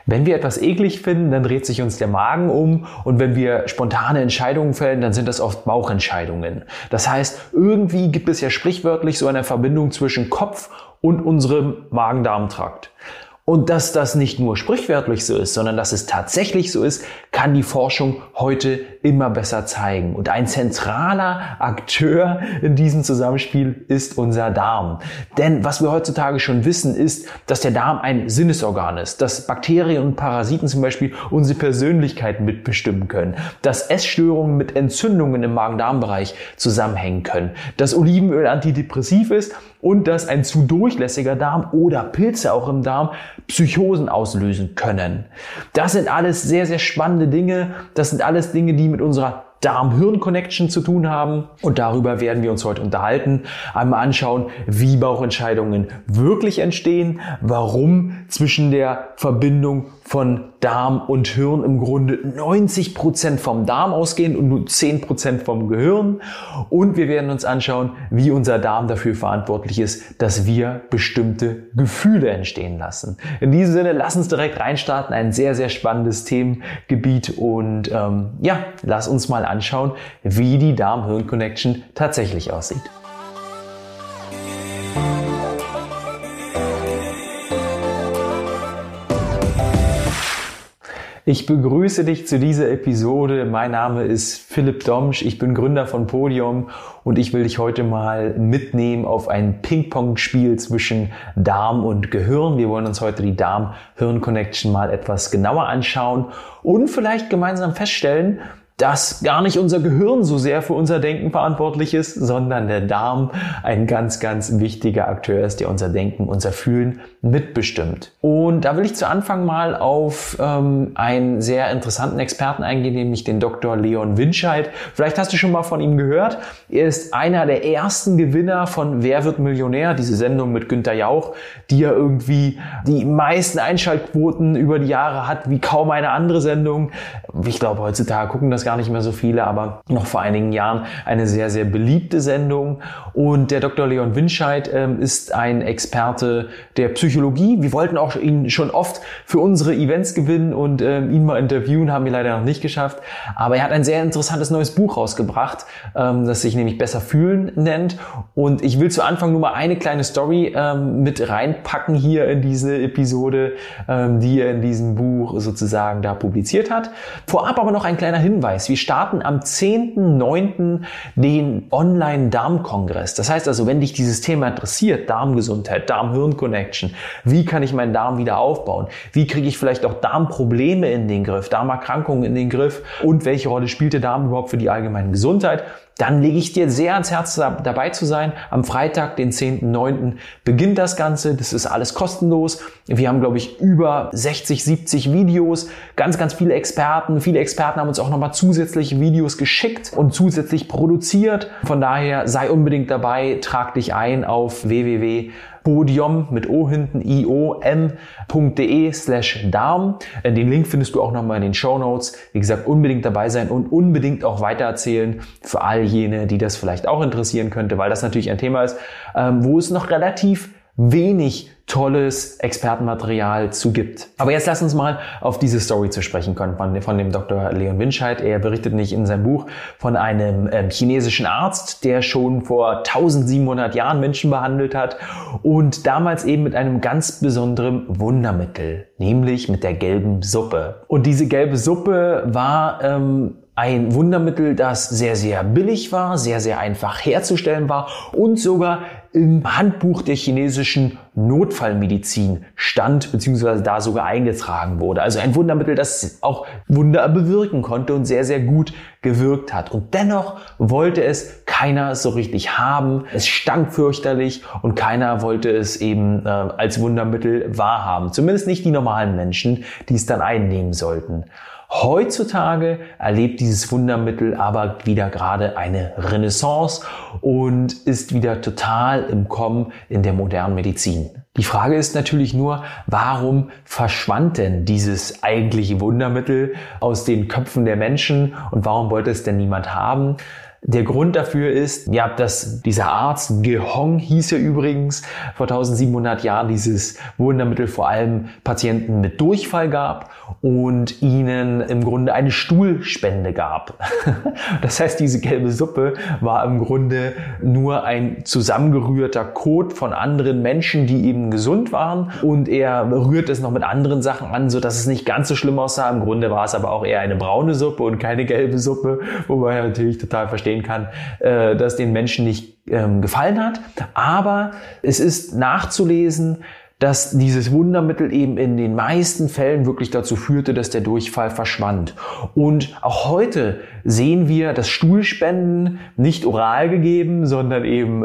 Wenn wir etwas eklig finden, dann dreht sich uns der Magen um, und wenn wir spontane Entscheidungen fällen, dann sind das oft Bauchentscheidungen. Das heißt, irgendwie gibt es ja sprichwörtlich so eine Verbindung zwischen Kopf und unserem Magen-Darm-Trakt. Und dass das nicht nur sprichwörtlich so ist, sondern dass es tatsächlich so ist, kann die Forschung heute immer besser zeigen. Und ein zentraler Akteur in diesem Zusammenspiel ist unser Darm. Denn was wir heutzutage schon wissen, ist, dass der Darm ein Sinnesorgan ist, dass Bakterien und Parasiten zum Beispiel unsere Persönlichkeit mitbestimmen können, dass Essstörungen mit Entzündungen im Magen-Darm-Bereich zusammenhängen können, dass Olivenöl antidepressiv ist und dass ein zu durchlässiger Darm oder Pilze auch im Darm Psychosen auslösen können. Das sind alles sehr, sehr spannende Dinge. Das sind alles Dinge, die mit unserer Darm-Hirn-Connection zu tun haben, und darüber werden wir uns heute unterhalten. Einmal anschauen, wie Bauchentscheidungen wirklich entstehen, warum zwischen der Verbindung von Darm und Hirn im Grunde 90% vom Darm ausgehen und nur 10% vom Gehirn, und wir werden uns anschauen, wie unser Darm dafür verantwortlich ist, dass wir bestimmte Gefühle entstehen lassen. In diesem Sinne, lass uns direkt reinstarten, ein sehr, sehr spannendes Themengebiet, und lass uns mal anschauen, wie die Darm-Hirn-Connection tatsächlich aussieht. Ich begrüße dich zu dieser Episode. Mein Name ist Philipp Domsch, ich bin Gründer von Podium, und ich will dich heute mal mitnehmen auf ein Ping-Pong-Spiel zwischen Darm und Gehirn. Wir wollen uns heute die Darm-Hirn-Connection mal etwas genauer anschauen und vielleicht gemeinsam feststellen, dass gar nicht unser Gehirn so sehr für unser Denken verantwortlich ist, sondern der Darm ein ganz, ganz wichtiger Akteur ist, der unser Denken, unser Fühlen mitbestimmt. Und da will ich zu Anfang mal auf einen sehr interessanten Experten eingehen, nämlich den Dr. Leon Winscheid. Vielleicht hast du schon mal von ihm gehört. Er ist einer der ersten Gewinner von Wer wird Millionär, diese Sendung mit Günther Jauch, die ja irgendwie die meisten Einschaltquoten über die Jahre hat, wie kaum eine andere Sendung. Ich glaube, heutzutage gucken das gar nicht mehr so viele, aber noch vor einigen Jahren eine sehr, sehr beliebte Sendung. Und der Dr. Leon Winscheid ist ein Experte der Psychologie. Wir wollten auch ihn schon oft für unsere Events gewinnen und ihn mal interviewen, haben wir leider noch nicht geschafft. Aber er hat ein sehr interessantes neues Buch rausgebracht, das sich nämlich Besser fühlen nennt. Und ich will zu Anfang nur mal eine kleine Story mit reinpacken hier in diese Episode, die er in diesem Buch sozusagen da publiziert hat. Vorab aber noch ein kleiner Hinweis. Wir starten am 10.9. den Online-Darm-Kongress. Das heißt also, wenn dich dieses Thema interessiert, Darmgesundheit, Darm-Hirn-Connection, wie kann ich meinen Darm wieder aufbauen? Wie kriege ich vielleicht auch Darmprobleme in den Griff, Darmerkrankungen in den Griff, und welche Rolle spielt der Darm überhaupt für die allgemeine Gesundheit? Dann lege ich dir sehr ans Herz, dabei zu sein. Am Freitag, den 10.9. beginnt das Ganze. Das ist alles kostenlos. Wir haben, glaube ich, über 60, 70 Videos, ganz, ganz viele Experten. Viele Experten haben uns auch nochmal zusätzliche Videos geschickt und zusätzlich produziert. Von daher sei unbedingt dabei, trag dich ein auf www.podium mit O hinten, iom.de/Darm. Den Link findest du auch nochmal in den Shownotes. Wie gesagt, unbedingt dabei sein und unbedingt auch weitererzählen für all jene, die das vielleicht auch interessieren könnte, weil das natürlich ein Thema ist, wo es noch relativ wenig tolles Expertenmaterial zu gibt. Aber jetzt lass uns mal auf diese Story zu sprechen kommen von dem Dr. Leon Winscheid. Er berichtet nicht in seinem Buch von einem chinesischen Arzt, der schon vor 1700 Jahren Menschen behandelt hat und damals eben mit einem ganz besonderen Wundermittel, nämlich mit der gelben Suppe. Und diese gelbe Suppe war ein Wundermittel, das sehr, sehr billig war, sehr, sehr einfach herzustellen war und sogar im Handbuch der chinesischen Notfallmedizin stand, beziehungsweise da sogar eingetragen wurde. Also ein Wundermittel, das auch Wunder bewirken konnte und sehr, sehr gut gewirkt hat. Und dennoch wollte es keiner so richtig haben. Es stank fürchterlich und keiner wollte es eben als Wundermittel wahrhaben. Zumindest nicht die normalen Menschen, die es dann einnehmen sollten. Heutzutage erlebt dieses Wundermittel aber wieder gerade eine Renaissance und ist wieder total im Kommen in der modernen Medizin. Die Frage ist natürlich nur, warum verschwand denn dieses eigentliche Wundermittel aus den Köpfen der Menschen und warum wollte es denn niemand haben? Der Grund dafür ist, ja, dass dieser Arzt, Gehong hieß er übrigens, vor 1700 Jahren dieses Wundermittel vor allem Patienten mit Durchfall gab und ihnen im Grunde eine Stuhlspende gab. Das heißt, diese gelbe Suppe war im Grunde nur ein zusammengerührter Kot von anderen Menschen, die eben gesund waren, und er rührt es noch mit anderen Sachen an, sodass es nicht ganz so schlimm aussah. Im Grunde war es aber auch eher eine braune Suppe und keine gelbe Suppe, wobei er natürlich total verstehen kann, dass den Menschen nicht gefallen hat. Aber es ist nachzulesen, dass dieses Wundermittel eben in den meisten Fällen wirklich dazu führte, dass der Durchfall verschwand. Und auch heute sehen wir, dass Stuhlspenden nicht oral gegeben, sondern eben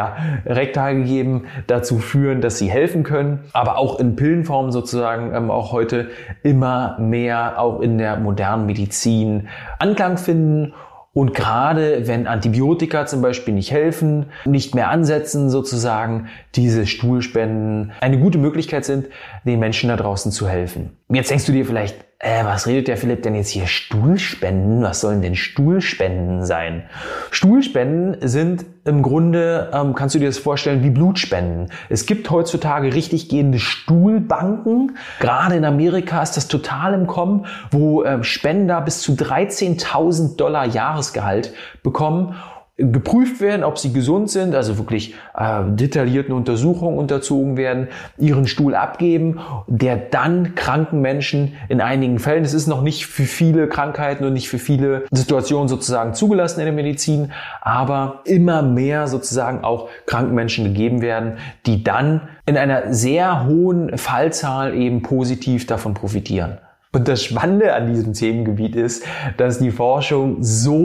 rektal gegeben dazu führen, dass sie helfen können. Aber auch in Pillenform sozusagen auch heute immer mehr auch in der modernen Medizin Anklang finden. Und gerade wenn Antibiotika zum Beispiel nicht helfen, nicht mehr ansetzen sozusagen, diese Stuhlspenden eine gute Möglichkeit sind, den Menschen da draußen zu helfen. Jetzt denkst du dir vielleicht, was redet der Philipp denn jetzt hier? Stuhlspenden? Was sollen denn Stuhlspenden sein? Stuhlspenden sind im Grunde, kannst du dir das vorstellen, wie Blutspenden. Es gibt heutzutage richtig gehende Stuhlbanken. Gerade in Amerika ist das total im Kommen, wo Spender bis zu $13.000 Jahresgehalt bekommen, geprüft werden, ob sie gesund sind, also wirklich detaillierten Untersuchungen unterzogen werden, ihren Stuhl abgeben, der dann kranken Menschen in einigen Fällen, es ist noch nicht für viele Krankheiten und nicht für viele Situationen sozusagen zugelassen in der Medizin, aber immer mehr sozusagen auch kranken Menschen gegeben werden, die dann in einer sehr hohen Fallzahl eben positiv davon profitieren. Und das Spannende an diesem Themengebiet ist, dass die Forschung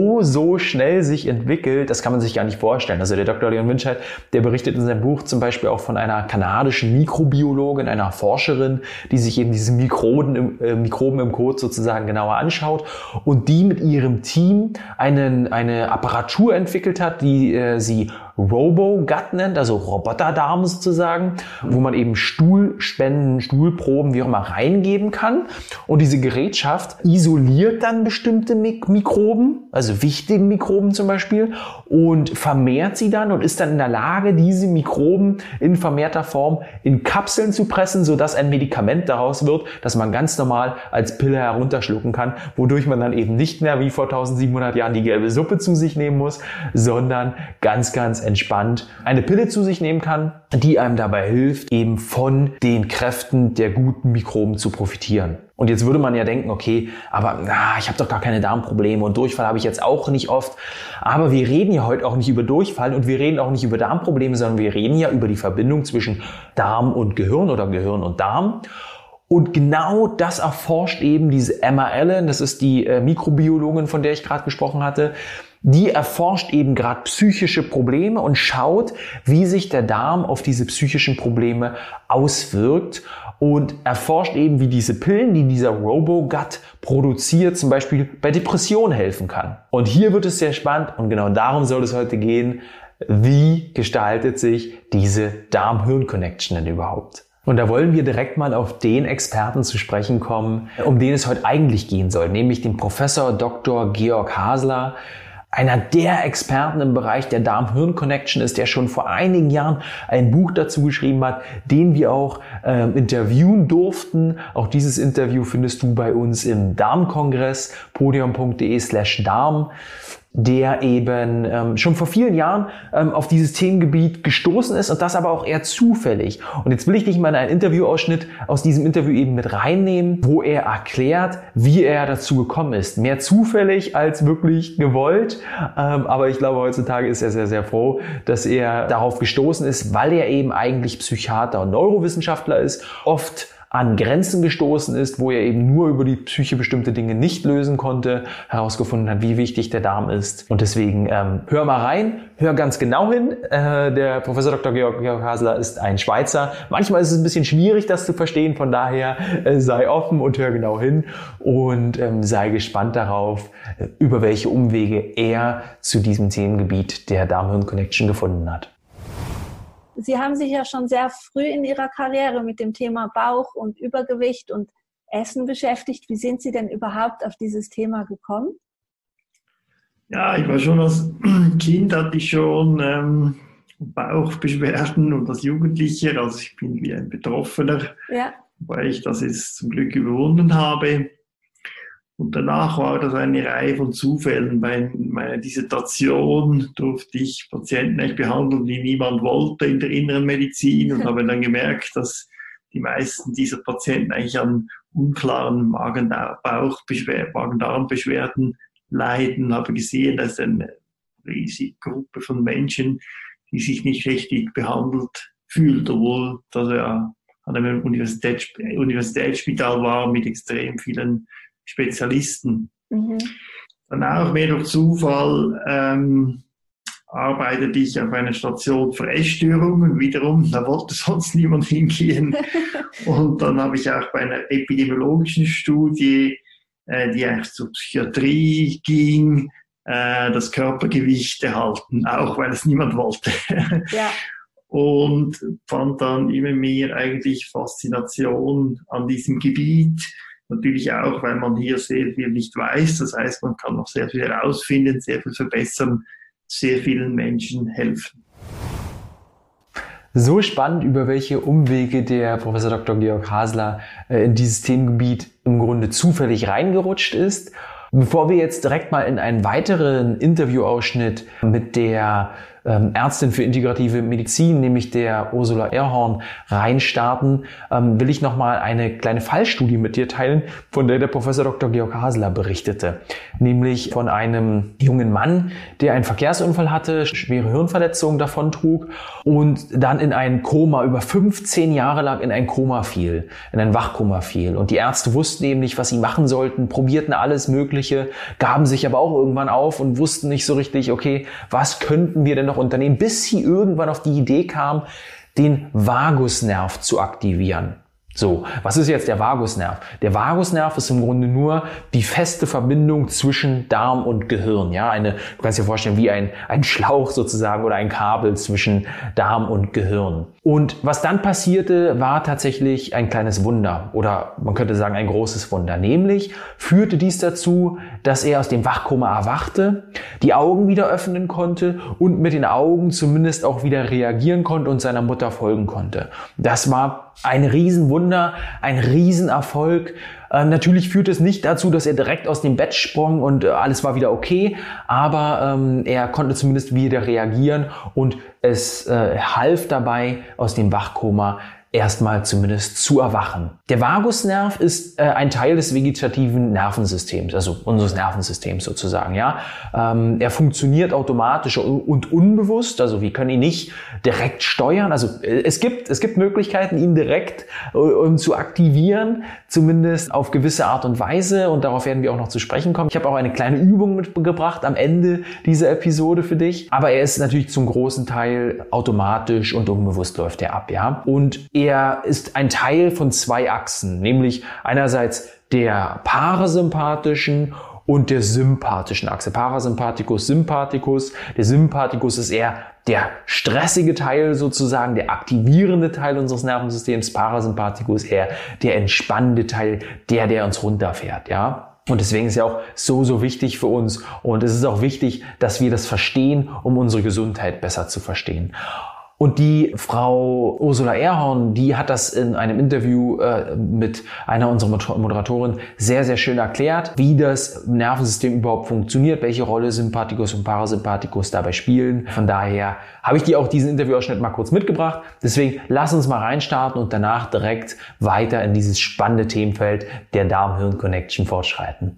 so schnell sich entwickelt, das kann man sich gar nicht vorstellen. Also der Dr. Leon Winscheid, der berichtet in seinem Buch zum Beispiel auch von einer kanadischen Mikrobiologin, einer Forscherin, die sich eben diese Mikroben im Kot sozusagen genauer anschaut und die mit ihrem Team eine Apparatur entwickelt hat, die sie Robo-Gut nennt, also Roboterdarm sozusagen, wo man eben Stuhlspenden, Stuhlproben, wie auch immer, reingeben kann. Und diese Gerätschaft isoliert dann bestimmte Mikroben, also wichtige Mikroben zum Beispiel, und vermehrt sie dann und ist dann in der Lage, diese Mikroben in vermehrter Form in Kapseln zu pressen, sodass ein Medikament daraus wird, das man ganz normal als Pille herunterschlucken kann, wodurch man dann eben nicht mehr wie vor 1700 Jahren die gelbe Suppe zu sich nehmen muss, sondern ganz entspannt eine Pille zu sich nehmen kann, die einem dabei hilft, eben von den Kräften der guten Mikroben zu profitieren. Und jetzt würde man ja denken, okay, aber ich habe doch gar keine Darmprobleme und Durchfall habe ich jetzt auch nicht oft. Aber wir reden ja heute auch nicht über Durchfall und wir reden auch nicht über Darmprobleme, sondern wir reden ja über die Verbindung zwischen Darm und Gehirn oder Gehirn und Darm. Und genau das erforscht eben diese Emma Allen, das ist die Mikrobiologin, von der ich gerade gesprochen hatte. Die erforscht eben gerade psychische Probleme und schaut, wie sich der Darm auf diese psychischen Probleme auswirkt und erforscht eben, wie diese Pillen, die dieser Robo-Gut produziert, zum Beispiel bei Depressionen helfen kann. Und hier wird es sehr spannend und genau darum soll es heute gehen. Wie gestaltet sich diese Darm-Hirn-Connection denn überhaupt? Und da wollen wir direkt mal auf den Experten zu sprechen kommen, um den es heute eigentlich gehen soll, nämlich den Professor Dr. Georg Hasler. Einer der Experten im Bereich der Darm-Hirn-Connection ist, der schon vor einigen Jahren ein Buch dazu geschrieben hat, den wir auch interviewen durften. Auch dieses Interview findest du bei uns im Darmkongress, podium.de/darm, der eben schon vor vielen Jahren auf dieses Themengebiet gestoßen ist und das aber auch eher zufällig. Und jetzt will ich dich mal in einen Interviewausschnitt aus diesem Interview eben mit reinnehmen, wo er erklärt, wie er dazu gekommen ist. Mehr zufällig als wirklich gewollt, aber ich glaube, heutzutage ist er sehr froh, dass er darauf gestoßen ist, weil er eben eigentlich Psychiater und Neurowissenschaftler ist, oft an Grenzen gestoßen ist, wo er eben nur über die Psyche bestimmte Dinge nicht lösen konnte, herausgefunden hat, wie wichtig der Darm ist. Und deswegen hör mal rein, hör ganz genau hin. Der Professor Dr. Georg Hasler ist ein Schweizer. Manchmal ist es ein bisschen schwierig, das zu verstehen. Von daher sei offen und hör genau hin und sei gespannt darauf, über welche Umwege er zu diesem Themengebiet der Darm-Hirn-Connection gefunden hat. Sie haben sich ja schon sehr früh in Ihrer Karriere mit dem Thema Bauch und Übergewicht und Essen beschäftigt. Wie sind Sie denn überhaupt auf dieses Thema gekommen? Ja, ich war schon als Kind, hatte ich schon Bauchbeschwerden und als Jugendlicher, also ich bin wie ein Betroffener, Ja. weil ich das jetzt zum Glück überwunden habe. Und danach war das eine Reihe von Zufällen. Bei meiner Dissertation durfte ich Patienten eigentlich behandeln, die niemand wollte in der inneren Medizin und habe dann gemerkt, dass die meisten dieser Patienten eigentlich an unklaren Magen-Darm-Beschwerden leiden. Habe gesehen, dass eine riesige Gruppe von Menschen, die sich nicht richtig behandelt fühlt, obwohl das ja an einem Universitätsspital war mit extrem vielen Spezialisten. Mhm. Dann auch mehr durch Zufall arbeitete ich auf einer Station für Essstörungen. Wiederum, da wollte sonst niemand hingehen. Und dann habe ich auch bei einer epidemiologischen Studie, die eigentlich zur Psychiatrie ging, das Körpergewicht erhalten, auch weil es niemand wollte. Ja. Und fand dann immer mehr eigentlich Faszination an diesem Gebiet. Natürlich auch, weil man hier sehr viel nicht weiß. Das heißt, man kann noch sehr viel herausfinden, sehr viel verbessern, sehr vielen Menschen helfen. So spannend, über welche Umwege der Professor Dr. Georg Hasler in dieses Themengebiet im Grunde zufällig reingerutscht ist. Bevor wir jetzt direkt mal in einen weiteren Interviewausschnitt mit der Ärztin für integrative Medizin, nämlich der Ursula Erhorn, reinstarten, will ich nochmal eine kleine Fallstudie mit dir teilen, von der der Professor Dr. Georg Hasler berichtete. Nämlich von einem jungen Mann, der einen Verkehrsunfall hatte, schwere Hirnverletzungen davontrug und dann in ein Koma, über 15 Jahre lang in ein Koma fiel, in ein Wachkoma fiel. Und die Ärzte wussten eben nicht, was sie machen sollten, probierten alles Mögliche, gaben sich aber auch irgendwann auf und wussten nicht so richtig, okay, was könnten wir denn noch unternehmen, bis sie irgendwann auf die Idee kam, den Vagusnerv zu aktivieren. So, was ist jetzt der Vagusnerv? Der Vagusnerv ist im Grunde nur die feste Verbindung zwischen Darm und Gehirn. Ja, du kannst dir vorstellen, wie ein Schlauch sozusagen oder ein Kabel zwischen Darm und Gehirn. Und was dann passierte, war tatsächlich ein kleines Wunder oder man könnte sagen ein großes Wunder. Nämlich führte dies dazu, dass er aus dem Wachkoma erwachte, die Augen wieder öffnen konnte und mit den Augen zumindest auch wieder reagieren konnte und seiner Mutter folgen konnte. Das war ein Riesenwunder, ein Riesenerfolg. Natürlich führte es nicht dazu, dass er direkt aus dem Bett sprang und alles war wieder okay, aber er konnte zumindest wieder reagieren und es half dabei, aus dem Wachkoma erstmal zumindest zu erwachen. Der Vagusnerv ist ein Teil des vegetativen Nervensystems, also unseres Nervensystems sozusagen. Ja, er funktioniert automatisch und unbewusst, also wir können ihn nicht direkt steuern. Also es gibt Möglichkeiten, ihn direkt zu aktivieren, zumindest auf gewisse Art und Weise. Und darauf werden wir auch noch zu sprechen kommen. Ich habe auch eine kleine Übung mitgebracht am Ende dieser Episode für dich. Aber er ist natürlich zum großen Teil automatisch und unbewusst läuft er ab. Ja, und er ist ein Teil von zwei Achsen, nämlich einerseits der parasympathischen und der sympathischen Achse. Parasympathikus, Sympathikus. Der Sympathikus ist eher der stressige Teil sozusagen, der aktivierende Teil unseres Nervensystems. Parasympathikus eher der entspannende Teil, der uns runterfährt, ja. Und deswegen ist ja auch so wichtig für uns. Und es ist auch wichtig, dass wir das verstehen, um unsere Gesundheit besser zu verstehen. Und die Frau Ursula Erhorn, die hat das in einem Interview mit einer unserer Moderatoren sehr, sehr schön erklärt, wie das Nervensystem überhaupt funktioniert, welche Rolle Sympathikus und Parasympathikus dabei spielen. Von daher habe ich dir auch diesen Interviewausschnitt mal kurz mitgebracht. Deswegen lass uns mal reinstarten und danach direkt weiter in dieses spannende Themenfeld der Darm-Hirn-Connection fortschreiten.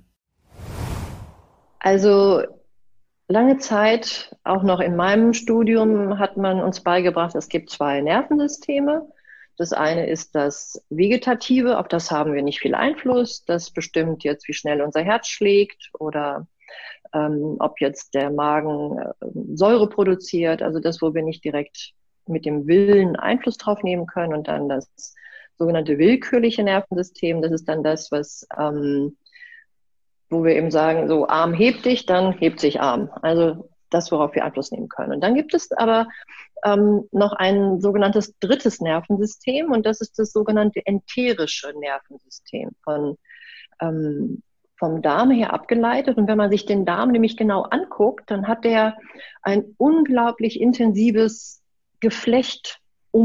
Also lange Zeit, auch noch in meinem Studium, hat man uns beigebracht, es gibt zwei Nervensysteme. Das eine ist das Vegetative, auf das haben wir nicht viel Einfluss. Das bestimmt jetzt, wie schnell unser Herz schlägt oder ob jetzt der Magen Säure produziert. Also das, wo wir nicht direkt mit dem Willen Einfluss drauf nehmen können. Und dann das sogenannte willkürliche Nervensystem, das ist dann das, was wo wir eben sagen, so Arm hebt dich, dann hebt sich Arm. Also das, worauf wir Einfluss nehmen können. Und dann gibt es aber noch ein sogenanntes drittes Nervensystem und das ist das sogenannte enterische Nervensystem. vom Darm her abgeleitet. Und wenn man sich den Darm nämlich genau anguckt, dann hat der ein unglaublich intensives Geflecht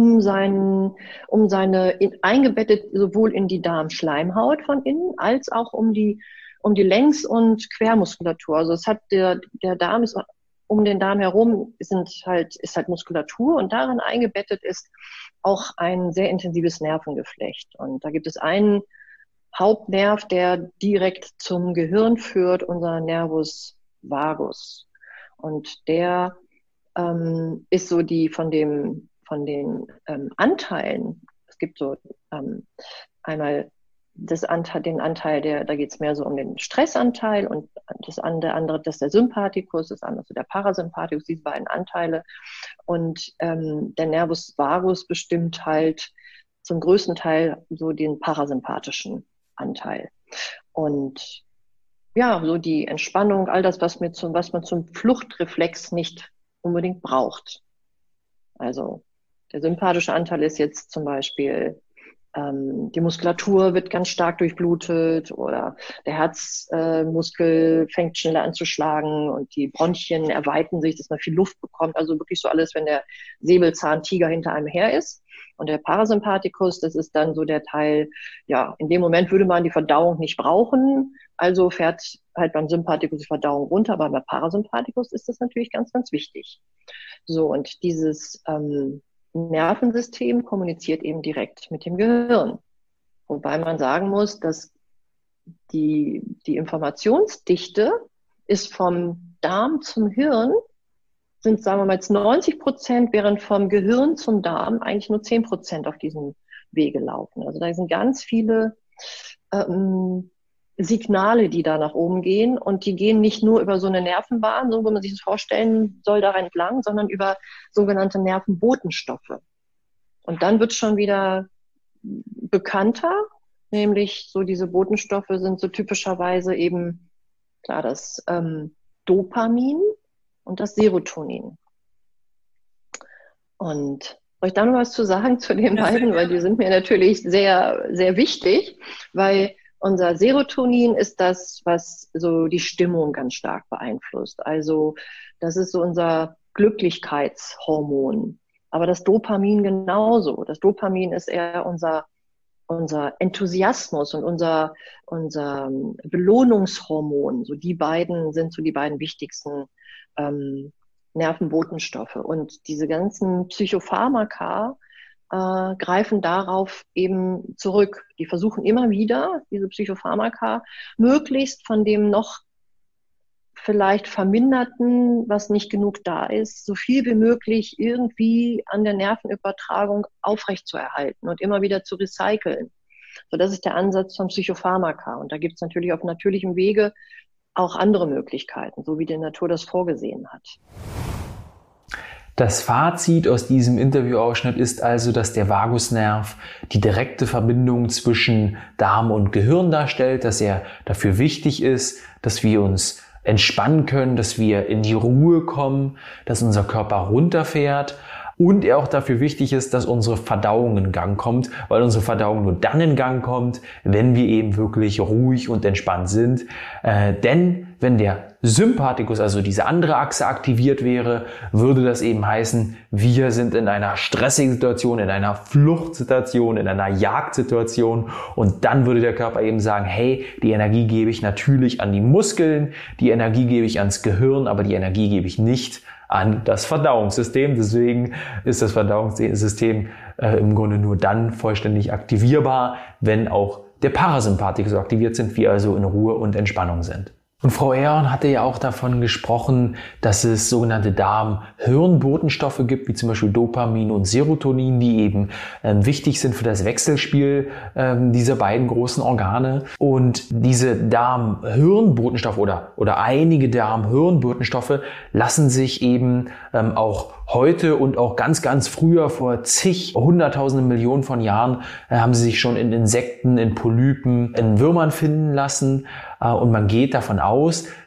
eingebettet sowohl in die Darmschleimhaut von innen als auch um die Längs- und Quermuskulatur. Also der Darm ist um den Darm herum ist halt Muskulatur und darin eingebettet ist auch ein sehr intensives Nervengeflecht. Und da gibt es einen Hauptnerv, der direkt zum Gehirn führt, unser Nervus vagus. Und der ist so von den Anteilen. Es gibt so einmal den Anteil, da geht es mehr so um den Stressanteil und der andere, das ist der Sympathikus, das andere ist der Parasympathikus, diese beiden Anteile. Und der Nervus vagus bestimmt halt zum größten Teil so den parasympathischen Anteil. Und ja, so die Entspannung, all das, was man zum Fluchtreflex nicht unbedingt braucht. Also der sympathische Anteil ist jetzt zum Beispiel, die Muskulatur wird ganz stark durchblutet oder der Herzmuskel fängt schneller an zu schlagen und die Bronchien erweitern sich, dass man viel Luft bekommt. Also wirklich so alles, wenn der Säbelzahntiger hinter einem her ist. Und der Parasympathikus, das ist dann so der Teil, ja, in dem Moment würde man die Verdauung nicht brauchen, also fährt halt beim Sympathikus die Verdauung runter, aber beim Parasympathikus ist das natürlich ganz, ganz wichtig. So, und dieses Nervensystem kommuniziert eben direkt mit dem Gehirn. Wobei man sagen muss, dass die Informationsdichte ist vom Darm zum Hirn, sind, sagen wir mal, jetzt 90%, während vom Gehirn zum Darm eigentlich nur 10% auf diesem Wege laufen. Also da sind ganz viele Signale, die da nach oben gehen, und die gehen nicht nur über so eine Nervenbahn, so wie man sich das vorstellen soll, da entlang, sondern über sogenannte Nervenbotenstoffe. Und dann wird es schon wieder bekannter, nämlich so diese Botenstoffe sind so typischerweise eben, klar, das Dopamin und das Serotonin. Und soll ich da noch was zu sagen zu den beiden? Weil die sind mir natürlich sehr, sehr wichtig, weil unser Serotonin ist das, was so die Stimmung ganz stark beeinflusst. Also das ist so unser Glücklichkeitshormon. Aber das Dopamin genauso. Das Dopamin ist eher unser Enthusiasmus und unser Belohnungshormon. So die beiden sind so die beiden wichtigsten Nervenbotenstoffe. Und diese ganzen Psychopharmaka greifen darauf eben zurück. Die versuchen immer wieder, diese Psychopharmaka, möglichst von dem noch vielleicht Verminderten, was nicht genug da ist, so viel wie möglich irgendwie an der Nervenübertragung aufrechtzuerhalten und immer wieder zu recyceln. So, das ist der Ansatz von Psychopharmaka. Und da gibt es natürlich auf natürlichem Wege auch andere Möglichkeiten, so wie die Natur das vorgesehen hat. Das Fazit aus diesem Interviewausschnitt ist also, dass der Vagusnerv die direkte Verbindung zwischen Darm und Gehirn darstellt, dass er dafür wichtig ist, dass wir uns entspannen können, dass wir in die Ruhe kommen, dass unser Körper runterfährt und er auch dafür wichtig ist, dass unsere Verdauung in Gang kommt, weil unsere Verdauung nur dann in Gang kommt, wenn wir eben wirklich ruhig und entspannt sind. Denn wenn der Sympathikus, also diese andere Achse, aktiviert wäre, würde das eben heißen, wir sind in einer stressigen Situation, in einer Fluchtsituation, in einer Jagdsituation, und dann würde der Körper eben sagen, hey, die Energie gebe ich natürlich an die Muskeln, die Energie gebe ich ans Gehirn, aber die Energie gebe ich nicht an das Verdauungssystem. Deswegen ist das Verdauungssystem im Grunde nur dann vollständig aktivierbar, wenn auch der Parasympathikus aktiviert sind, wir also in Ruhe und Entspannung sind. Und Frau Ehrhorn hatte ja auch davon gesprochen, dass es sogenannte Darm-Hirn-Botenstoffe gibt, wie zum Beispiel Dopamin und Serotonin, die eben wichtig sind für das Wechselspiel dieser beiden großen Organe. Und diese Darm-Hirn-Botenstoffe oder einige Darm-Hirn-Botenstoffe lassen sich eben auch heute und auch ganz, ganz früher, vor zig, hunderttausenden, Millionen von Jahren, haben sie sich schon in Insekten, in Polypen, in Würmern finden lassen. Und man geht davon aus,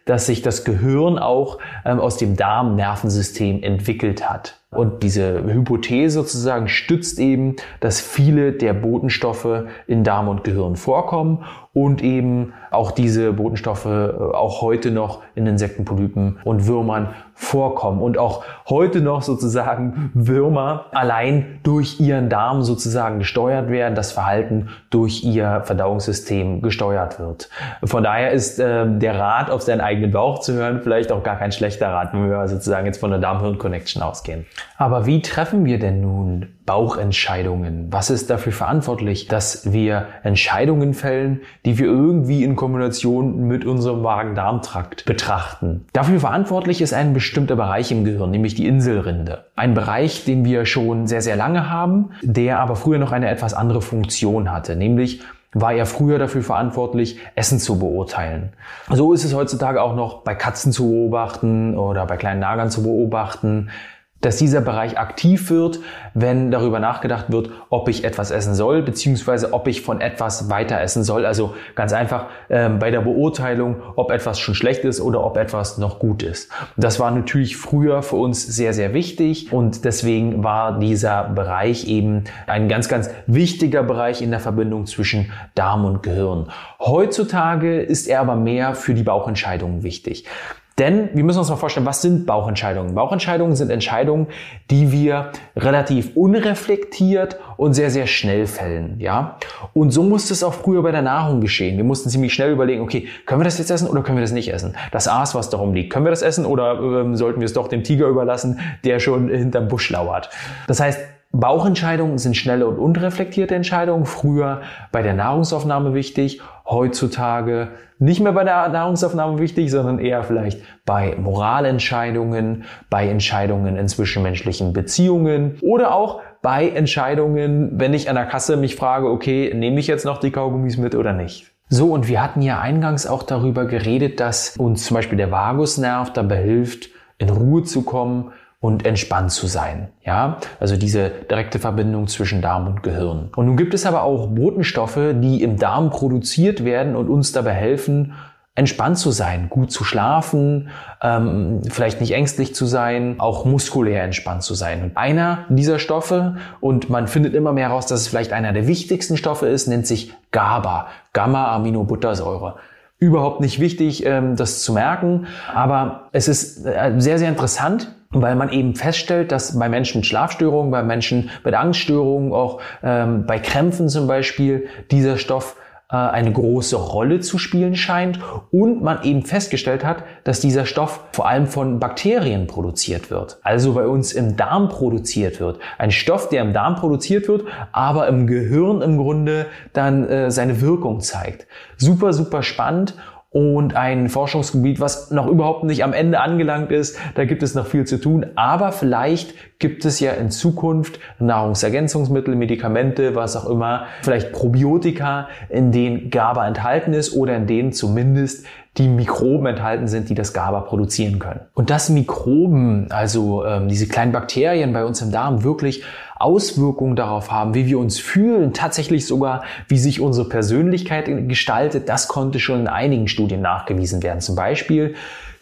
dass sich das Gehirn auch aus dem Darmnervensystem entwickelt hat. Und diese Hypothese sozusagen stützt eben, dass viele der Botenstoffe in Darm und Gehirn vorkommen und eben auch diese Botenstoffe auch heute noch in Insekten, Polypen und Würmern vorkommen und auch heute noch sozusagen Würmer allein durch ihren Darm sozusagen gesteuert werden, das Verhalten durch ihr Verdauungssystem gesteuert wird. Von daher ist der Rat, auf seinen eigenen Bauch zu hören, vielleicht auch gar kein schlechter Rat, wenn wir sozusagen jetzt von der Darm-Hirn-Connection ausgehen. Aber wie treffen wir denn nun Bauchentscheidungen? Was ist dafür verantwortlich, dass wir Entscheidungen fällen, die wir irgendwie in Kombination mit unserem Magen-Darm-Trakt betrachten? Dafür verantwortlich ist ein bestimmter Bereich im Gehirn, nämlich die Inselrinde. Ein Bereich, den wir schon sehr, sehr lange haben, der aber früher noch eine etwas andere Funktion hatte, nämlich war er früher dafür verantwortlich, Essen zu beurteilen. So ist es heutzutage auch noch bei Katzen zu beobachten oder bei kleinen Nagern zu beobachten, dass dieser Bereich aktiv wird, wenn darüber nachgedacht wird, ob ich etwas essen soll, beziehungsweise ob ich von etwas weiter essen soll. Also ganz einfach bei der Beurteilung, ob etwas schon schlecht ist oder ob etwas noch gut ist. Das war natürlich früher für uns sehr, sehr wichtig und deswegen war dieser Bereich eben ein ganz, ganz wichtiger Bereich in der Verbindung zwischen Darm und Gehirn. Heutzutage ist er aber mehr für die Bauchentscheidungen wichtig. Denn wir müssen uns mal vorstellen, was sind Bauchentscheidungen? Bauchentscheidungen sind Entscheidungen, die wir relativ unreflektiert und sehr, sehr schnell fällen. Ja? Und so musste es auch früher bei der Nahrung geschehen. Wir mussten ziemlich schnell überlegen, okay, können wir das jetzt essen oder können wir das nicht essen? Das Aas, was darum liegt, können wir das essen oder sollten wir es doch dem Tiger überlassen, der schon hinterm Busch lauert? Das heißt, Bauchentscheidungen sind schnelle und unreflektierte Entscheidungen. Früher bei der Nahrungsaufnahme wichtig, heutzutage nicht mehr bei der Nahrungsaufnahme wichtig, sondern eher vielleicht bei Moralentscheidungen, bei Entscheidungen in zwischenmenschlichen Beziehungen oder auch bei Entscheidungen, wenn ich an der Kasse mich frage, okay, nehme ich jetzt noch die Kaugummis mit oder nicht? So, und wir hatten ja eingangs auch darüber geredet, dass uns zum Beispiel der Vagusnerv dabei hilft, in Ruhe zu kommen und entspannt zu sein. Ja, also diese direkte Verbindung zwischen Darm und Gehirn. Und nun gibt es aber auch Botenstoffe, die im Darm produziert werden und uns dabei helfen, entspannt zu sein, gut zu schlafen, vielleicht nicht ängstlich zu sein, auch muskulär entspannt zu sein. Und einer dieser Stoffe, und man findet immer mehr heraus, dass es vielleicht einer der wichtigsten Stoffe ist, nennt sich GABA, Gamma-Aminobuttersäure. Überhaupt nicht wichtig, das zu merken, aber es ist sehr, sehr interessant, weil man eben feststellt, dass bei Menschen mit Schlafstörungen, bei Menschen mit Angststörungen, auch bei Krämpfen zum Beispiel, dieser Stoff eine große Rolle zu spielen scheint und man eben festgestellt hat, dass dieser Stoff vor allem von Bakterien produziert wird. Also bei uns im Darm produziert wird. Ein Stoff, der im Darm produziert wird, aber im Gehirn im Grunde dann seine Wirkung zeigt. Super, super spannend. Und ein Forschungsgebiet, was noch überhaupt nicht am Ende angelangt ist. Da gibt es noch viel zu tun. Aber vielleicht gibt es ja in Zukunft Nahrungsergänzungsmittel, Medikamente, was auch immer, vielleicht Probiotika, in denen GABA enthalten ist oder in denen zumindest die Mikroben enthalten sind, die das GABA produzieren können. Und dass Mikroben, also diese kleinen Bakterien bei uns im Darm wirklich Auswirkungen darauf haben, wie wir uns fühlen, tatsächlich sogar, wie sich unsere Persönlichkeit gestaltet, das konnte schon in einigen Studien nachgewiesen werden. Zum Beispiel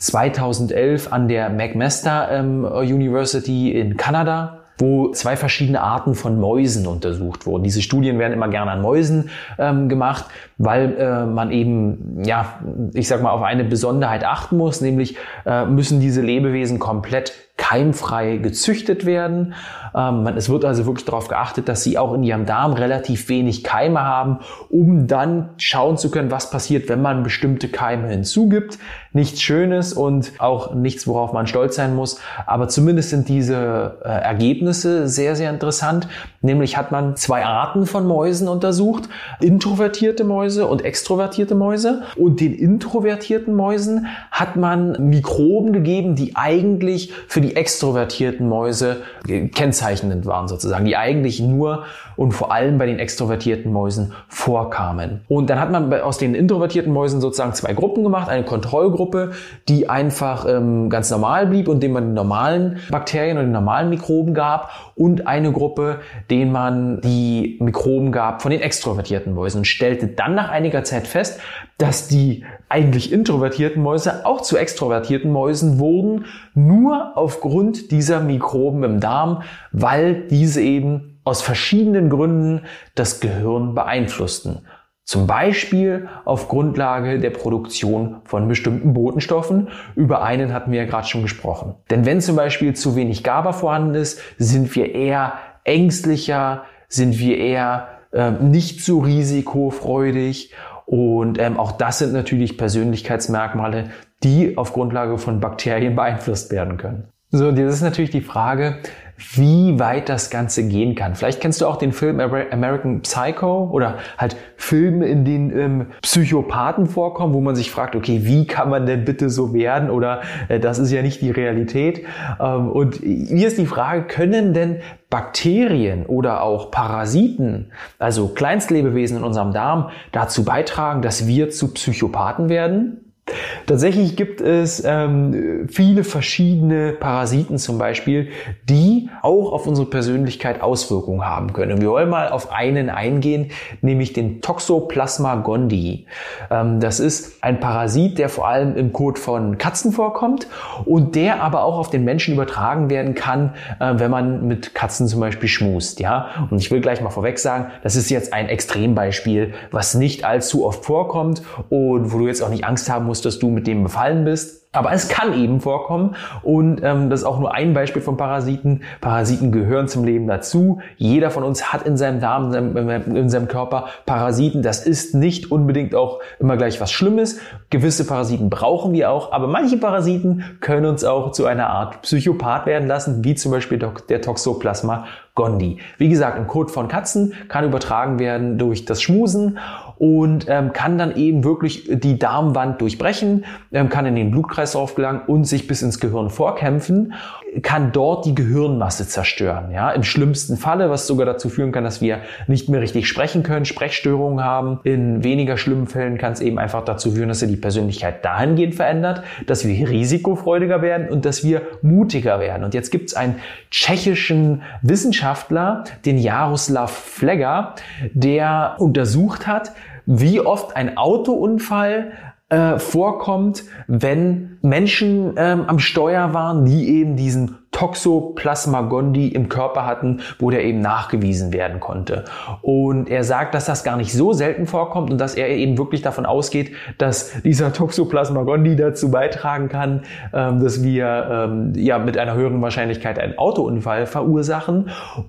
2011 an der McMaster University in Kanada, wo 2 verschiedene Arten von Mäusen untersucht wurden. Diese Studien werden immer gerne an Mäusen gemacht, weil man eben, ja, ich sag mal, auf eine Besonderheit achten muss, nämlich müssen diese Lebewesen komplett keimfrei gezüchtet werden. Es wird also wirklich darauf geachtet, dass sie auch in ihrem Darm relativ wenig Keime haben, um dann schauen zu können, was passiert, wenn man bestimmte Keime hinzugibt. Nichts Schönes und auch nichts, worauf man stolz sein muss. Aber zumindest sind diese Ergebnisse sehr, sehr interessant. Nämlich hat man 2 Arten von Mäusen untersucht. Introvertierte Mäuse und extrovertierte Mäuse. Und den introvertierten Mäusen hat man Mikroben gegeben, die eigentlich für die extrovertierten Mäuse kennzeichnend waren sozusagen, die eigentlich nur und vor allem bei den extrovertierten Mäusen vorkamen. Und dann hat man aus den introvertierten Mäusen sozusagen 2 Gruppen gemacht, eine Kontrollgruppe, die einfach ganz normal blieb und denen man die normalen Bakterien und die normalen Mikroben gab und eine Gruppe, denen man die Mikroben gab von den extrovertierten Mäusen und stellte dann nach einiger Zeit fest, dass die eigentlich introvertierten Mäuse auch zu extrovertierten Mäusen wurden, nur aufgrund dieser Mikroben im Darm, weil diese eben aus verschiedenen Gründen das Gehirn beeinflussten. Zum Beispiel auf Grundlage der Produktion von bestimmten Botenstoffen. Über einen hatten wir ja gerade schon gesprochen. Denn wenn zum Beispiel zu wenig GABA vorhanden ist, sind wir eher ängstlicher, sind wir eher nicht so risikofreudig. Und auch das sind natürlich Persönlichkeitsmerkmale, die auf Grundlage von Bakterien beeinflusst werden können. So, und jetzt ist natürlich die Frage, wie weit das Ganze gehen kann. Vielleicht kennst du auch den Film American Psycho oder halt Filme, in denen Psychopathen vorkommen, wo man sich fragt, okay, wie kann man denn bitte so werden? Oder das ist ja nicht die Realität. Und hier ist die Frage, können denn Bakterien oder auch Parasiten, also Kleinstlebewesen in unserem Darm, dazu beitragen, dass wir zu Psychopathen werden? Tatsächlich gibt es viele verschiedene Parasiten zum Beispiel, die auch auf unsere Persönlichkeit Auswirkungen haben können. Und wir wollen mal auf einen eingehen, nämlich den Toxoplasma gondii. Das ist ein Parasit, der vor allem im Kot von Katzen vorkommt und der aber auch auf den Menschen übertragen werden kann, wenn man mit Katzen zum Beispiel schmust. Ja? Und ich will gleich mal vorweg sagen, das ist jetzt ein Extrembeispiel, was nicht allzu oft vorkommt und wo du jetzt auch nicht Angst haben musst, dass du mit dem befallen bist. Aber es kann eben vorkommen und das ist auch nur ein Beispiel von Parasiten. Parasiten gehören zum Leben dazu. Jeder von uns hat in seinem Darm, in seinem Körper Parasiten. Das ist nicht unbedingt auch immer gleich was Schlimmes. Gewisse Parasiten brauchen wir auch, aber manche Parasiten können uns auch zu einer Art Psychopath werden lassen, wie zum Beispiel der Toxoplasma gondii. Wie gesagt, im Kot von Katzen kann übertragen werden durch das Schmusen und kann dann eben wirklich die Darmwand durchbrechen, kann in den Blutkreislauf gelangen und sich bis ins Gehirn vorkämpfen, kann dort die Gehirnmasse zerstören. Ja? Im schlimmsten Falle, was sogar dazu führen kann, dass wir nicht mehr richtig sprechen können, Sprechstörungen haben. In weniger schlimmen Fällen kann es eben einfach dazu führen, dass sich die Persönlichkeit dahingehend verändert, dass wir risikofreudiger werden und dass wir mutiger werden. Und jetzt gibt es einen tschechischen Wissenschaftler, den Jaroslav Flegger, der untersucht hat, wie oft ein Autounfall vorkommt, wenn Menschen am Steuer waren, die eben diesen Toxoplasma gondii im Körper hatten, wo der eben nachgewiesen werden konnte. Und er sagt, dass das gar nicht so selten vorkommt und dass er eben wirklich davon ausgeht, dass dieser Toxoplasma gondii dazu beitragen kann, dass wir mit einer höheren Wahrscheinlichkeit einen Autounfall verursachen,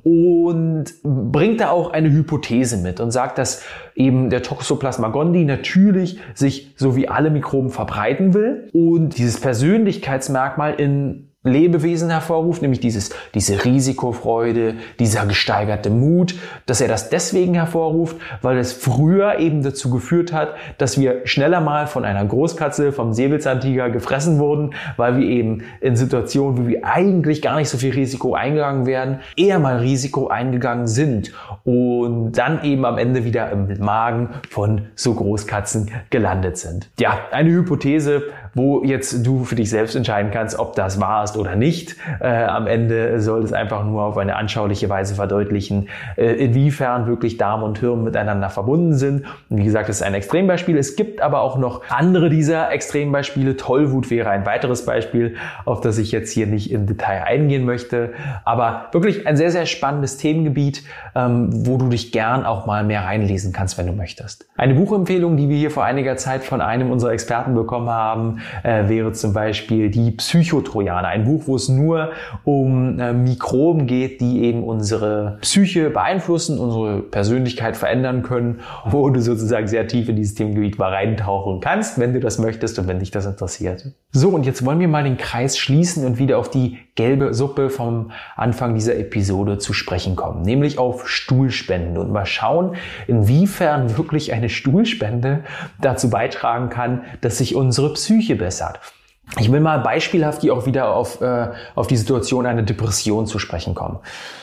und bringt da auch eine Hypothese mit und sagt, dass eben der Toxoplasma gondii natürlich sich so wie alle Mikroben verbreiten will und dieses Persönlichkeitsmerkmal in Lebewesen hervorruft, nämlich diese Risikofreude, dieser gesteigerte Mut, dass er das deswegen hervorruft, weil es früher eben dazu geführt hat, dass wir schneller mal von einer Großkatze, vom Säbelzahntiger gefressen wurden, weil wir eben in Situationen, wo wir eigentlich gar nicht so viel Risiko eingegangen wären, eher mal Risiko eingegangen sind und dann eben am Ende wieder im Magen von so Großkatzen gelandet sind. Ja, eine Hypothese, wo jetzt du für dich selbst entscheiden kannst, ob das wahr ist oder nicht. Am Ende soll es einfach nur auf eine anschauliche Weise verdeutlichen, inwiefern wirklich Darm und Hirn miteinander verbunden sind. Und wie gesagt, das ist ein Extrembeispiel. Es gibt aber auch noch andere dieser Extrembeispiele. Tollwut wäre ein weiteres Beispiel, auf das ich jetzt hier nicht im Detail eingehen möchte. Aber wirklich ein sehr, sehr spannendes Themengebiet, wo du dich gern auch mal mehr reinlesen kannst, wenn du möchtest. Eine Buchempfehlung, die wir hier vor einiger Zeit von einem unserer Experten bekommen haben, wäre zum Beispiel die Psychotrojaner. Ein Buch, wo es nur um Mikroben geht, die eben unsere Psyche beeinflussen, unsere Persönlichkeit verändern können, wo du sozusagen sehr tief in dieses Themengebiet mal reintauchen kannst, wenn du das möchtest und wenn dich das interessiert. So, und jetzt wollen wir mal den Kreis schließen und wieder auf die gelbe Suppe vom Anfang dieser Episode zu sprechen kommen, nämlich auf Stuhlspenden, und mal schauen, inwiefern wirklich eine Stuhlspende dazu beitragen kann, dass sich unsere Psyche bessert. Ich will mal beispielhaft hier auch wieder auf die Situation einer Depression zu sprechen kommen.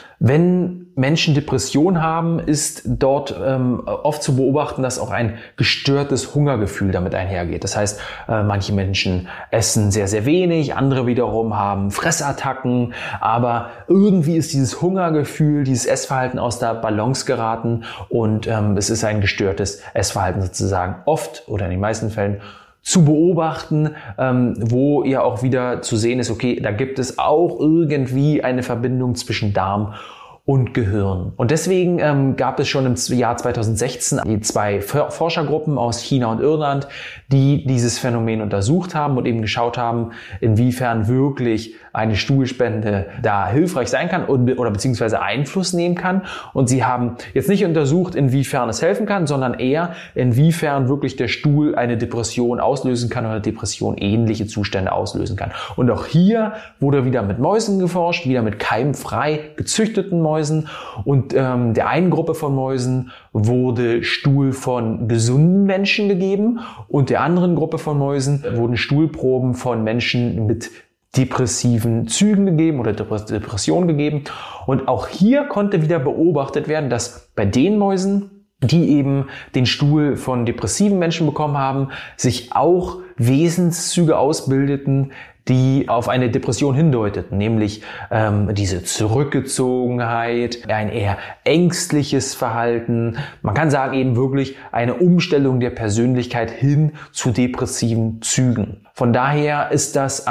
Wenn Menschen Depression haben, ist dort oft zu beobachten, dass auch ein gestörtes Hungergefühl damit einhergeht. Das heißt, manche Menschen essen sehr, sehr wenig, andere wiederum haben Fressattacken, aber irgendwie ist dieses Hungergefühl, dieses Essverhalten aus der Balance geraten und es ist ein gestörtes Essverhalten sozusagen oft oder in den meisten Fällen zu beobachten, wo ja auch wieder zu sehen ist, okay, da gibt es auch irgendwie eine Verbindung zwischen Darm und Gehirn. Und deswegen gab es schon im Jahr 2016 die 2 Forschergruppen aus China und Irland, die dieses Phänomen untersucht haben und eben geschaut haben, inwiefern wirklich eine Stuhlspende da hilfreich sein kann oder beziehungsweise Einfluss nehmen kann. Und sie haben jetzt nicht untersucht, inwiefern es helfen kann, sondern eher, inwiefern wirklich der Stuhl eine Depression auslösen kann oder Depression ähnliche Zustände auslösen kann. Und auch hier wurde wieder mit Mäusen geforscht, wieder mit keimfrei gezüchteten Mäusen. Und der einen Gruppe von Mäusen wurde Stuhl von gesunden Menschen gegeben und der anderen Gruppe von Mäusen wurden Stuhlproben von Menschen mit depressiven Zügen gegeben oder Depression gegeben. Und auch hier konnte wieder beobachtet werden, dass bei den Mäusen, die eben den Stuhl von depressiven Menschen bekommen haben, sich auch Wesenszüge ausbildeten, die auf eine Depression hindeuteten, nämlich diese Zurückgezogenheit, ein eher ängstliches Verhalten. Man kann sagen eben wirklich eine Umstellung der Persönlichkeit hin zu depressiven Zügen. Von daher ist das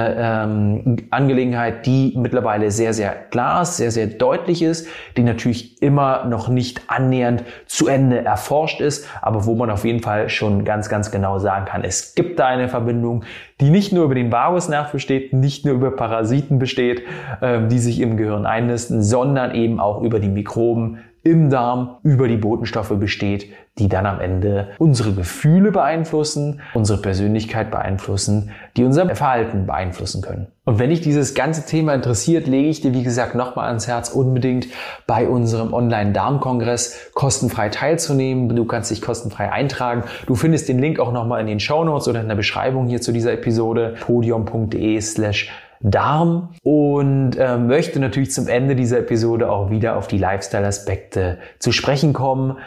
eine Angelegenheit, die mittlerweile sehr, sehr klar ist, sehr, sehr deutlich ist, die natürlich immer noch nicht annähernd zu Ende erforscht ist, aber wo man auf jeden Fall schon ganz, ganz genau sagen kann, es gibt da eine Verbindung, die nicht nur über den Vagusnerv besteht, nicht nur über Parasiten besteht, die sich im Gehirn einnisten, sondern eben auch über die Mikroben im Darm, über die Botenstoffe besteht, die dann am Ende unsere Gefühle beeinflussen, unsere Persönlichkeit beeinflussen, die unser Verhalten beeinflussen können. Und wenn dich dieses ganze Thema interessiert, lege ich dir, wie gesagt, nochmal ans Herz, unbedingt bei unserem Online-Darmkongress kostenfrei teilzunehmen. Du kannst dich kostenfrei eintragen. Du findest den Link auch nochmal in den Shownotes oder in der Beschreibung hier zu dieser Episode, podium.de/Darm, und möchte natürlich zum Ende dieser Episode auch wieder auf die Lifestyle-Aspekte zu sprechen kommen,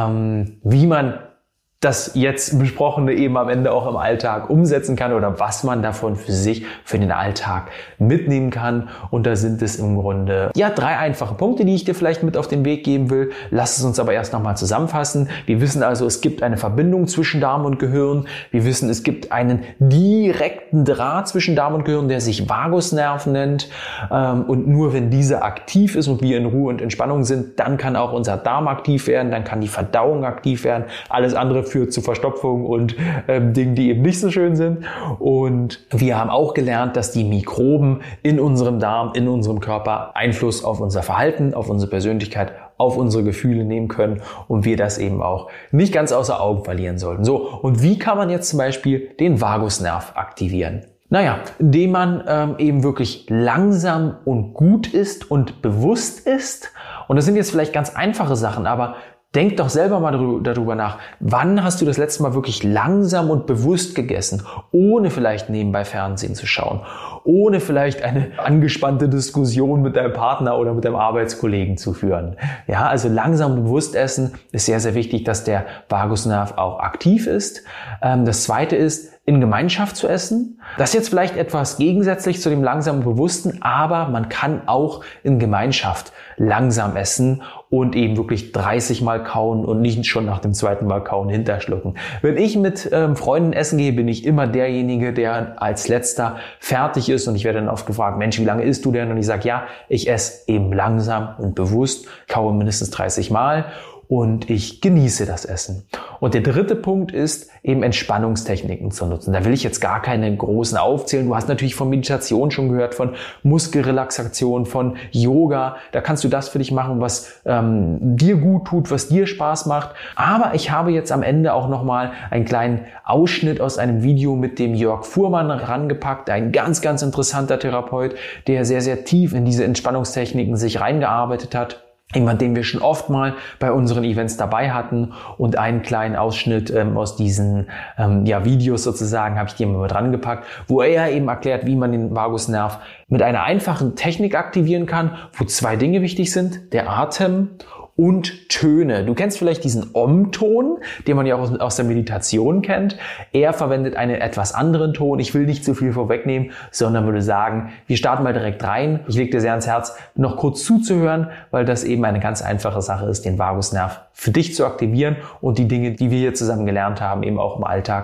wie man das jetzt Besprochene eben am Ende auch im Alltag umsetzen kann oder was man davon für sich, für den Alltag mitnehmen kann. Und da sind es im Grunde 3 einfache Punkte, die ich dir vielleicht mit auf den Weg geben will. Lass es uns aber erst nochmal zusammenfassen. Wir wissen also, es gibt eine Verbindung zwischen Darm und Gehirn. Wir wissen, es gibt einen direkten Draht zwischen Darm und Gehirn, der sich Vagusnerv nennt. Und nur wenn dieser aktiv ist und wir in Ruhe und Entspannung sind, dann kann auch unser Darm aktiv werden, dann kann die Verdauung aktiv werden. Alles andere führt zu Verstopfung und Dingen, die eben nicht so schön sind. Und wir haben auch gelernt, dass die Mikroben in unserem Darm, in unserem Körper Einfluss auf unser Verhalten, auf unsere Persönlichkeit, auf unsere Gefühle nehmen können und wir das eben auch nicht ganz außer Augen verlieren sollten. So, und wie kann man jetzt zum Beispiel den Vagusnerv aktivieren? Naja, indem man eben wirklich langsam und gut ist und bewusst ist. Und das sind jetzt vielleicht ganz einfache Sachen, aber denk doch selber mal darüber nach, wann hast du das letzte Mal wirklich langsam und bewusst gegessen, ohne vielleicht nebenbei Fernsehen zu schauen, ohne vielleicht eine angespannte Diskussion mit deinem Partner oder mit deinem Arbeitskollegen zu führen. Ja, also langsam und bewusst essen ist sehr, sehr wichtig, dass der Vagusnerv auch aktiv ist. Das Zweite ist, in Gemeinschaft zu essen. Das ist jetzt vielleicht etwas gegensätzlich zu dem langsamen Bewussten, aber man kann auch in Gemeinschaft langsam essen und eben wirklich 30 Mal kauen und nicht schon nach dem 2. Mal kauen hinterschlucken. Wenn ich mit Freunden essen gehe, bin ich immer derjenige, der als letzter fertig ist, und ich werde dann oft gefragt, Mensch, wie lange isst du denn? Und ich sage, ja, ich esse eben langsam und bewusst, kaue mindestens 30 Mal. Und ich genieße das Essen. Und der dritte Punkt ist, eben Entspannungstechniken zu nutzen. Da will ich jetzt gar keine großen aufzählen. Du hast natürlich von Meditation schon gehört, von Muskelrelaxation, von Yoga. Da kannst du das für dich machen, was dir gut tut, was dir Spaß macht. Aber ich habe jetzt am Ende auch nochmal einen kleinen Ausschnitt aus einem Video mit dem Jörg Fuhrmann rangepackt. Ein ganz, ganz interessanter Therapeut, der sehr, sehr tief in diese Entspannungstechniken sich reingearbeitet hat. Jemand, den wir schon oft mal bei unseren Events dabei hatten, und einen kleinen Ausschnitt aus diesen Videos sozusagen habe ich dir mal mit dran gepackt, wo er eben erklärt, wie man den Vagusnerv mit einer einfachen Technik aktivieren kann, wo 2 Dinge wichtig sind: der Atem und Töne. Du kennst vielleicht diesen Om-Ton, den man ja auch aus der Meditation kennt. Er verwendet einen etwas anderen Ton. Ich will nicht zu viel vorwegnehmen, sondern würde sagen, wir starten mal direkt rein. Ich lege dir sehr ans Herz, noch kurz zuzuhören, weil das eben eine ganz einfache Sache ist, den Vagusnerv für dich zu aktivieren und die Dinge, die wir hier zusammen gelernt haben, eben auch im Alltag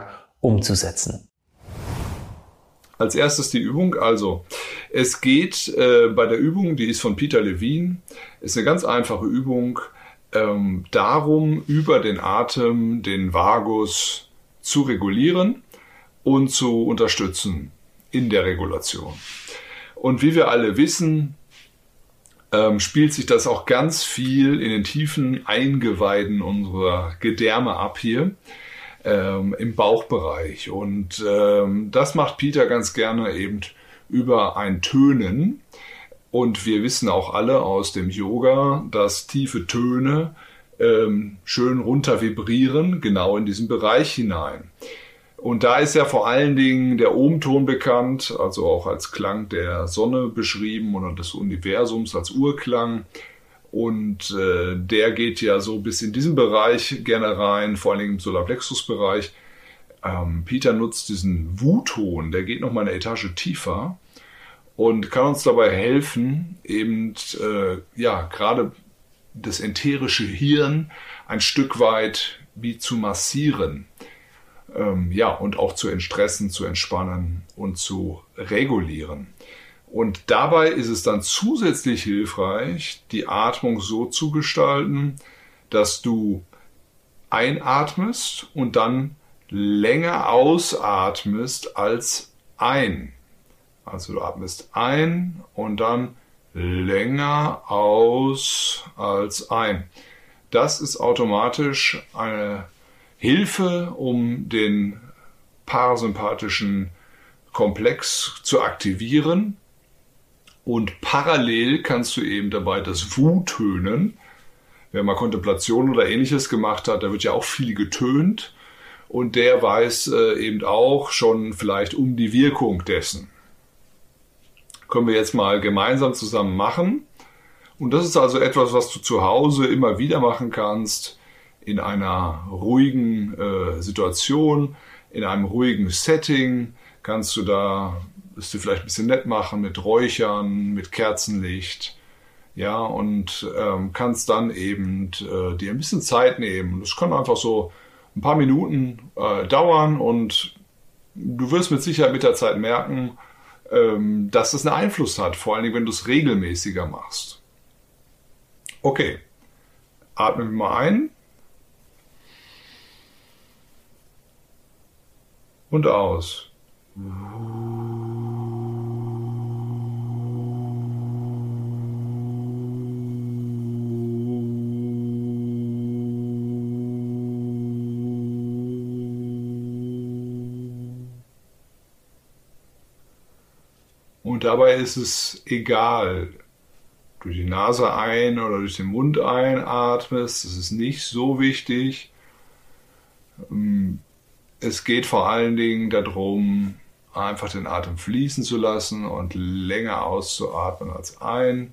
umzusetzen? Als erstes die Übung. Also, es geht bei der Übung, die ist von Peter Levine, ist eine ganz einfache Übung, darum, über den Atem den Vagus zu regulieren und zu unterstützen in der Regulation. Und wie wir alle wissen, spielt sich das auch ganz viel in den tiefen Eingeweiden unserer Gedärme ab hier. Im Bauchbereich. Und das macht Peter ganz gerne eben über ein Tönen. Und wir wissen auch alle aus dem Yoga, dass tiefe Töne schön runter vibrieren, genau in diesen Bereich hinein. Und da ist ja vor allen Dingen der Om-Ton bekannt, also auch als Klang der Sonne beschrieben oder des Universums als Urklang. Und der geht ja so bis in diesen Bereich gerne rein, vor allem im Solarplexus-Bereich. Peter nutzt diesen Wu-Ton, der geht nochmal eine Etage tiefer und kann uns dabei helfen, eben gerade das enterische Hirn ein Stück weit wie zu massieren. Und auch zu entstressen, zu entspannen und zu regulieren. Und dabei ist es dann zusätzlich hilfreich, die Atmung so zu gestalten, dass du einatmest und dann länger ausatmest als ein. Also du atmest ein und dann länger aus als ein. Das ist automatisch eine Hilfe, um den parasympathischen Komplex zu aktivieren. Und parallel kannst du eben dabei das Wu-Tönen. Wer mal Kontemplation oder Ähnliches gemacht hat, da wird ja auch viel getönt. Und der weiß eben auch schon vielleicht um die Wirkung dessen. Können wir jetzt mal gemeinsam zusammen machen. Und das ist also etwas, was du zu Hause immer wieder machen kannst, in einer ruhigen Situation, in einem ruhigen Setting. Kannst du da es dir vielleicht ein bisschen nett machen mit Räuchern, mit Kerzenlicht, ja, und kannst dann eben dir ein bisschen Zeit nehmen. Das kann einfach so ein paar Minuten dauern und du wirst mit Sicherheit mit der Zeit merken, dass es einen Einfluss hat, vor allem wenn du es regelmäßiger machst. Okay, atmen wir mal ein und aus. Und dabei ist es egal, durch die Nase ein oder durch den Mund einatmest, das ist nicht so wichtig. Es geht vor allen Dingen darum, einfach den Atem fließen zu lassen und länger auszuatmen als ein.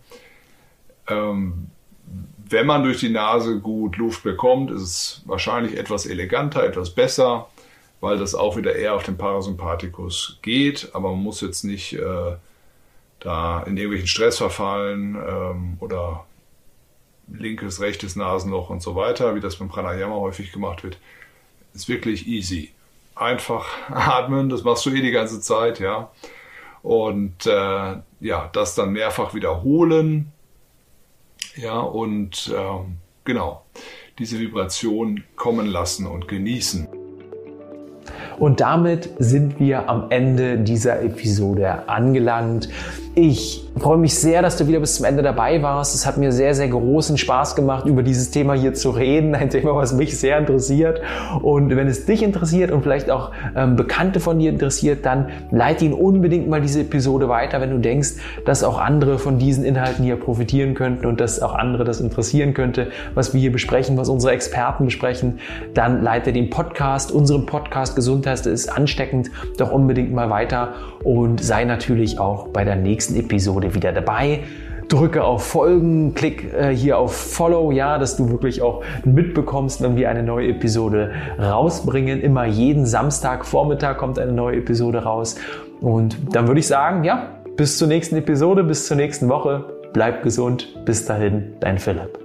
Wenn man durch die Nase gut Luft bekommt, ist es wahrscheinlich etwas eleganter, etwas besser, weil das auch wieder eher auf den Parasympathikus geht. Aber man muss jetzt nicht da in irgendwelchen Stress verfallen oder linkes, rechtes Nasenloch und so weiter, wie das beim Pranayama häufig gemacht wird. Ist wirklich easy. Einfach atmen, das machst du die ganze Zeit, ja. Und das dann mehrfach wiederholen, ja, und diese Vibration kommen lassen und genießen. Und damit sind wir am Ende dieser Episode angelangt. Ich freue mich sehr, dass du wieder bis zum Ende dabei warst. Es hat mir sehr, sehr großen Spaß gemacht, über dieses Thema hier zu reden. Ein Thema, was mich sehr interessiert. Und wenn es dich interessiert und vielleicht auch Bekannte von dir interessiert, dann leite ihnen unbedingt mal diese Episode weiter, wenn du denkst, dass auch andere von diesen Inhalten hier profitieren könnten und dass auch andere das interessieren könnte, was wir hier besprechen, was unsere Experten besprechen. Dann leite den Podcast, unseren Podcast Gesundheit ist ansteckend, doch unbedingt mal weiter und sei natürlich auch bei der nächsten Episode wieder dabei. Drücke auf Folgen, klick hier auf Follow, ja, dass du wirklich auch mitbekommst, wenn wir eine neue Episode rausbringen. Immer jeden Samstagvormittag kommt eine neue Episode raus. Und dann würde ich sagen, ja, bis zur nächsten Episode, bis zur nächsten Woche. Bleib gesund. Bis dahin, dein Philipp.